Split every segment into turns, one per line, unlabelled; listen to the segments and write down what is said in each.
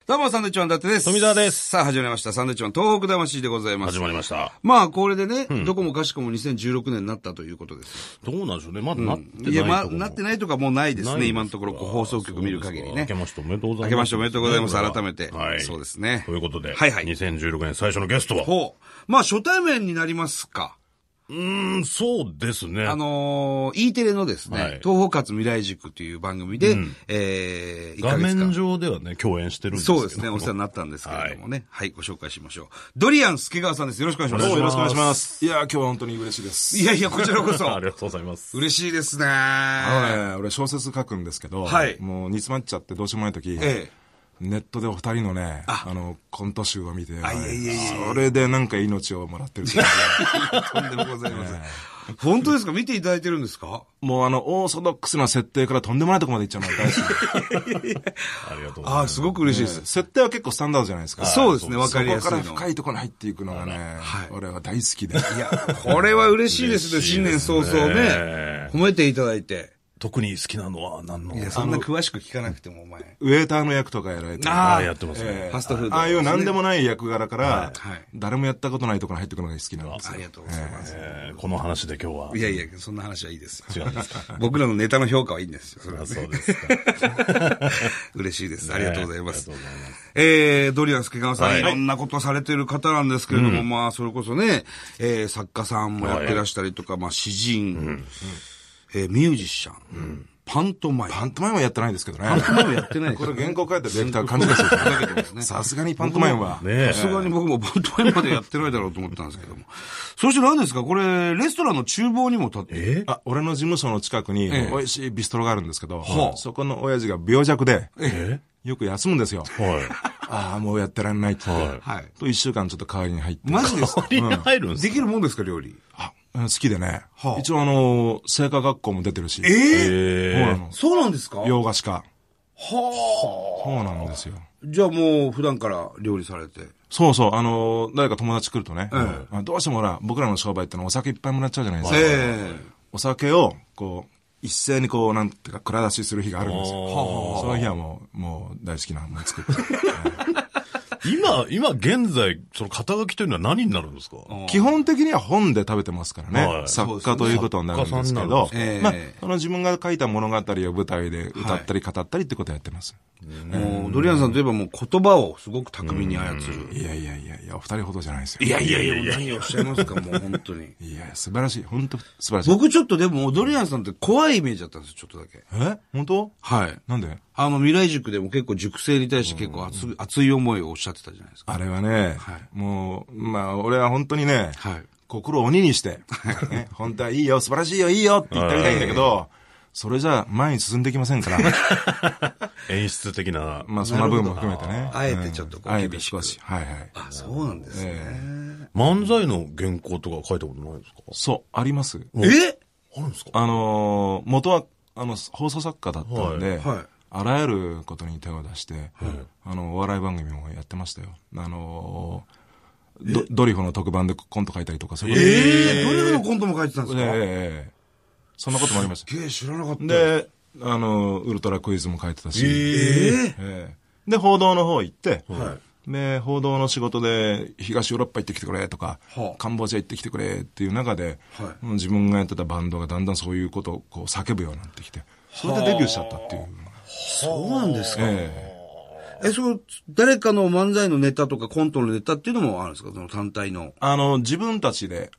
どうも、サンドウィッチマン伊達です。
富澤です。
さあ、始まりました。サンドウィッチマン東北魂でございます。
始まりました。
まあ、これでね、どこもかしこも2016年になったということです。
どうなんでしょうね。まだなってない。
いや、なってないとかもうないですね。今のところ、放送局見る限りね。
明けましておめでとうございます。
明けましておめでとうございます。改めて。
はい。
そうですね。
ということで、
はいはい。
2016年最初のゲストは。
ほう。まあ、初対面になりますか。
そうですね。
E テレのですね、はい、東北発未来塾という番組で、
画面上ではね、共演してるんですけど。
そうですね、お世話になったんですけれどもね。はい、ご紹介しましょう。ドリアン助川さんです。よろしくお願いします。
よろしくお願いします。いや、今日は本当に嬉しいです。
いやいや、こちらこそ。
ありがとうございます。
嬉しいですね。
俺小説書くんですけど、
はい、
もう煮詰まっちゃってどうしようもない時、ネットでお二人のね、コント集を見て、それでなんか命をもらってる
とんでもございません。本当ですか？見ていただいてるんですか？
もうオーソドックスな設定からとんでもないところまで行っちゃうのが大好き。
ありがとうございます。
すごく嬉しいです。
設定は結構スタンダードじゃないですか。
そうですね、わかりやすいの。
そこから深いところに入っていくのがね、俺は大好きで。い
や、これは嬉しいですね、新年早々ね。褒めていただいて。
特に好きなのは何の？
いや、そんな詳しく聞かなくてもお前。
ウェーターの役とかやられてる。
やってますね。
ファストフード。
ああいう何でもない役柄から、誰もやったことないところに入ってくるのが好きなんですよ。
ありがとうございます。
この話で今日は。
いやいや、そんな話はいいですよ。
違うんですか？
僕らのネタの評価はいいんですよ。
そうですか。
嬉しいです。ありがとうございます。ドリアン助川さん、いろんなことされてる方なんですけれども、まあ、それこそね、作家さんもやってらしたりとか、まあ、詩人、ミュージシャン、パントマイム。
パントマイムはやってないですけどね。
パントマイムやってないです
これ原稿書いてるディレクター勘違いする。さすがにパントマイムは。
さすがに僕もパントマイムまでやってないだろうと思ったんですけども。そして何ですかこれ、レストランの厨房にも立って。
俺の事務所の近くに美味しいビストロがあるんですけど、そこの親父が病弱で、よく休むんですよ。もうやってらんないって。と一週間ちょっと代わりに入って。
マジですか？
代わりに入るんですか？
できるもんですか料理。
好きでね。一応製菓学校も出てるし。
そうなんですか？
洋菓子科。そうなんですよ。
じゃあもう普段から料理されて。
そうそう。誰か友達来るとね。どうしてもほら、僕らの商売ってのはお酒いっぱいもらっちゃうじゃないですか。お酒を、一斉になんていうか、蔵出しする日があるんですよ。その日はもう大好きなもの作って。
今現在、その肩書きというのは何になるんですか？
基本的には本で食べてますからね。作家ということになるんですけど、その自分が書いた物語を舞台で歌ったり語ったりってことをやってます。
もう、ドリアンさんといえばもう言葉をすごく巧みに操る。
いや、お二人ほどじゃないですよ。
いや、何をおっしゃいますか、もう本当に。
いや、素晴らしい。本当素晴らしい。
僕ちょっとでも、ドリアンさんって怖いイメージだったんですよ、ちょっとだけ。
本当？
はい。
なんで？
未来塾でも結構塾生に対して結構熱い思いをおっしゃってたじゃないですか。
あれはね、もう、俺は本当にね、心を鬼にして、本当はいいよ、素晴らしいよ、いいよって言ってみたいんだけど、それじゃ前に進んできませんから。
演出的な。
その部分も含めてね。
あえてちょっと
あえて少し。
そうなんですね。
漫才の原稿とか書いたことないですか？
そう、あります。
あるんですか？
元は、放送作家だったんで、あらゆることに手を出して、お笑い番組もやってましたよ。ドリフの特番でコント書いたりとか、そういう
こと。ドリフのコントも書いてたんですか？
そんなこともありました。
知らなかった。
で、ウルトラクイズも書いてたし。で、報道の方行って、で、報道の仕事で東ヨーロッパ行ってきてくれとか、カンボジア行ってきてくれっていう中で、自分がやってたバンドがだんだんそういうことを叫ぶようになってきて、それでデビューしちゃったっていう。
そうなんですか？誰かの漫才のネタとかコントのネタっていうのもあるんですか？その単体の。
自分たちで、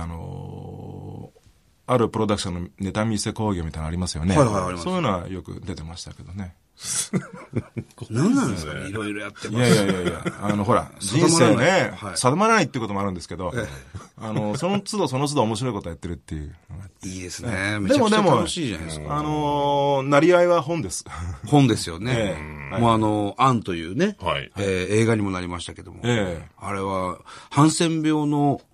あるプロダクションのネタ見せ工業みたいなのありますよね。そういうのはよく出てましたけどね。
何なんですかね？いろいろやってます。
いや、ほら、人生ね、定まらないってこともあるんですけど、その都度その都度面白いことやってるっていう。
いいですね。めちゃくちゃ楽しいじゃないですか。
なり合いは本です。
本ですよね。もうアンというね、映画にもなりましたけども、あれは、ハンセン病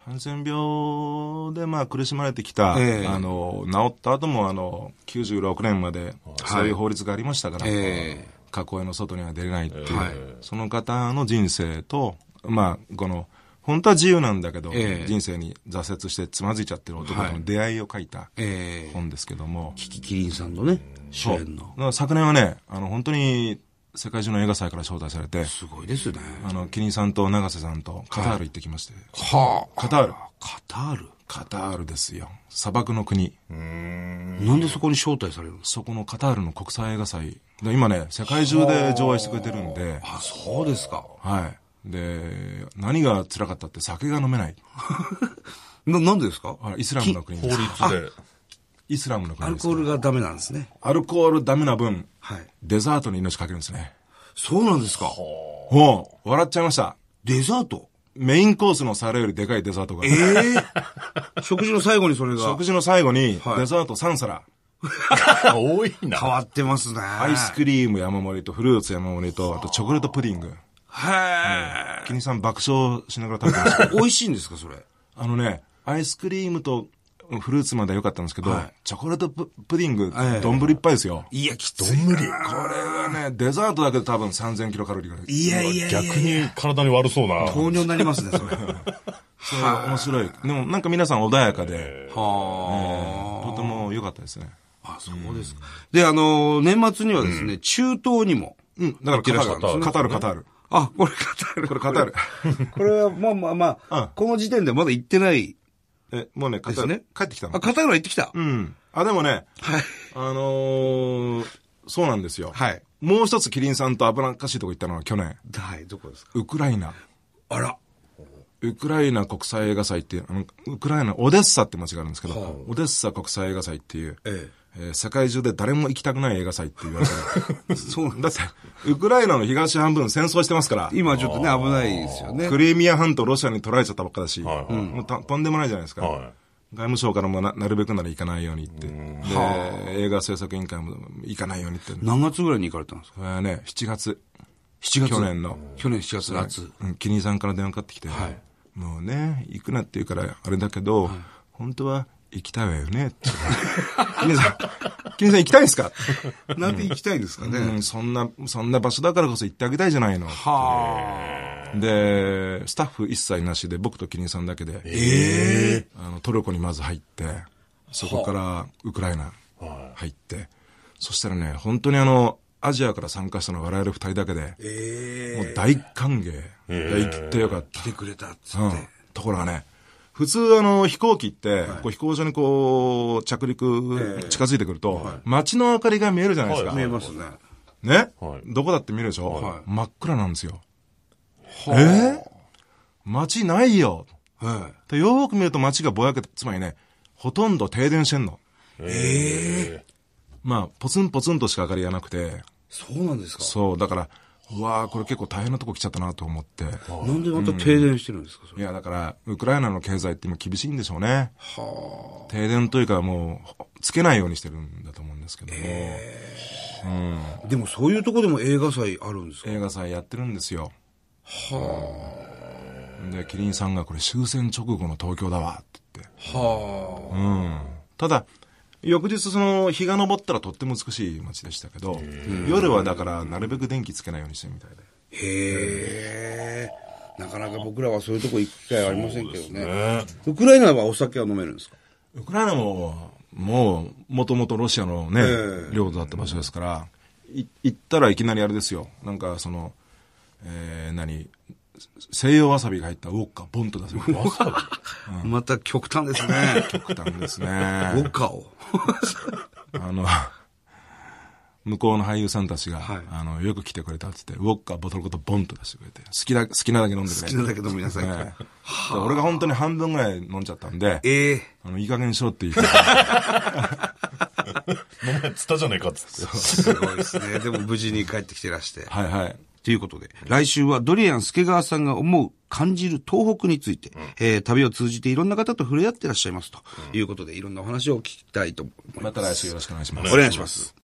で苦しまれてきた、治った後も96年までそういう法律がありましたから、囲いの外には出れないっていう、その方の人生と、本当は自由なんだけど、人生に挫折してつまずいちゃってる男との出会いを書いた本ですけども。 キキキリンさんのね、主演の。
昨年はね、本当に
世界中の映画祭から招待されて。
すごいですね。
キリンさんと永瀬さんとカタール行ってきまして。
はあ。
カタール。
カタール
ですよ。砂漠の国。
なんでそこに招待されるんですか？
そこのカタールの国際映画祭。今ね、世界中で上映してくれてるんで。
あ、そうですか。
はい。で、何が辛かったって酒が飲めない。
なんでですか？
イスラムの国です。
法律で。
イスラムの国
です。アルコールがダメなんですね。
アルコールダメな分、
はい。
デザートに命かけるんですね。
そうなんですか。
もう、笑っちゃいました。
デザート？
メインコースの皿よりでかいデザートが。
食事の最後にそれが。
食事の最後に、デザート3皿。
多いな。
変わってますね。
アイスクリーム山盛りとフルーツ山盛りと、あとチョコレートプディング。
へー。
キリンさん爆笑しながら食べてました。
美味しいんですか、それ。
アイスクリームとフルーツまでは良かったんですけど、チョコレートプディング、丼いっぱいですよ。
いや、きつい。
これはね、デザートだけで多分3000キロカロリーが。
いや。
逆に体に悪そうな。
糖尿になりますね、それ。
そう、面白い。でもなんか皆さん穏やかで、とても良かったですね。
あ、そうですか。で、年末にはですね、中東にも。
だからカタール。
あ、これカタール。これは、まあ、この時点でまだ行ってない。
もうね、帰ってきたの。
あ、カタールは行ってきた。
うん。でもね、
はい。
そうなんですよ。
はい。
もう一つキリンさんと危なっかしいとこ行ったのは去年。
はい、どこですか？
ウクライナ。
あら。
ウクライナ国際映画祭っていう、ウクライナ、オデッサって街があるんですけど、オデッサ国際映画祭っていう、世界中で誰も行きたくない映画祭って言われてる。そう。だって、ウクライナの東半分戦争してますから。
今ちょっとね、危ないですよね。
クリミア半島ロシアに取られちゃったばっかだし、もうとんでもないじゃないですか。外務省からもなるべくなら行かないようにって。で、映画制作委員会も行かないようにって。
何月ぐらいに行かれたんですか？
ね、7月。
去
年7
月夏。
キリンさんから電話かかってきて、もうね、行くなって言うからあれだけど、本当は行きたいわよねって。キリンさん行きたいんですか？
なんで行きたいんですかね？
そんな場所だからこそ行ってあげたいじゃないの。で、スタッフ一切なしで僕とキリンさんだけで、トルコにまず入って、そこからウクライナ入って、そしたらね、本当にアジアから参加したのは我々二人だけで、もう大歓迎。行ってよかった。
来てくれたっつって。
ところがね、普通飛行機って、飛行場に着陸、近づいてくると、街の明かりが見えるじゃないですか。
見えますね。
ね、どこだって見えるでしょ、真っ暗なんですよ。街ないよ。でよーく見ると街がぼやけて、つまりね、ほとんど停電してんの。まあ、ポツンポツンとしか明かりがなくて。
そうなんですか？
そう、だから、うわー、これ結構大変なとこ来ちゃったなと思って。
なんでまた停電してるんですか？
いや、だから、ウクライナの経済って今厳しいんでしょうね。停電というかもう、つけないようにしてるんだと思うんですけども。
でもそういうとこでも映画祭あるんですか？
映画祭やってるんですよ。で、キリンさんがこれ終戦直後の東京だわって言って。ただ、翌日日が昇ったらとっても美しい街でしたけど、夜はだからなるべく電気つけないようにしてるみたい
で。なかなか僕らはそういうとこ行く機会はありませんけどね。ウクライナはお酒は飲めるんですか？
ウクライナも、もともとロシアのね、領土だった場所ですから、行ったらいきなりあれですよ。なんか西洋わさびが入ったウォッカ、ボンと出せる。
また極端ですね。
極端ですね。ウ
ォッカを。
向こうの俳優さんたちが、よく来てくれたって言って、ウォッカボトルごとボンと出してくれて、好きなだけ飲んでくれ。
好きなだけ飲みなさい。
俺が本当に半分ぐらい飲んじゃったんで、いい加減にしろって言って。
飲めっつったじゃねえかっつって。
すごいですね。でも無事に帰ってきてらして。
はいはい。
ということで、来週はドリアン助川さんが思う感じる東北について、旅を通じていろんな方と触れ合ってらっしゃいますということで、いろんなお話を聞きたいと思います。
また来週よろしくお願いします。
お願いします。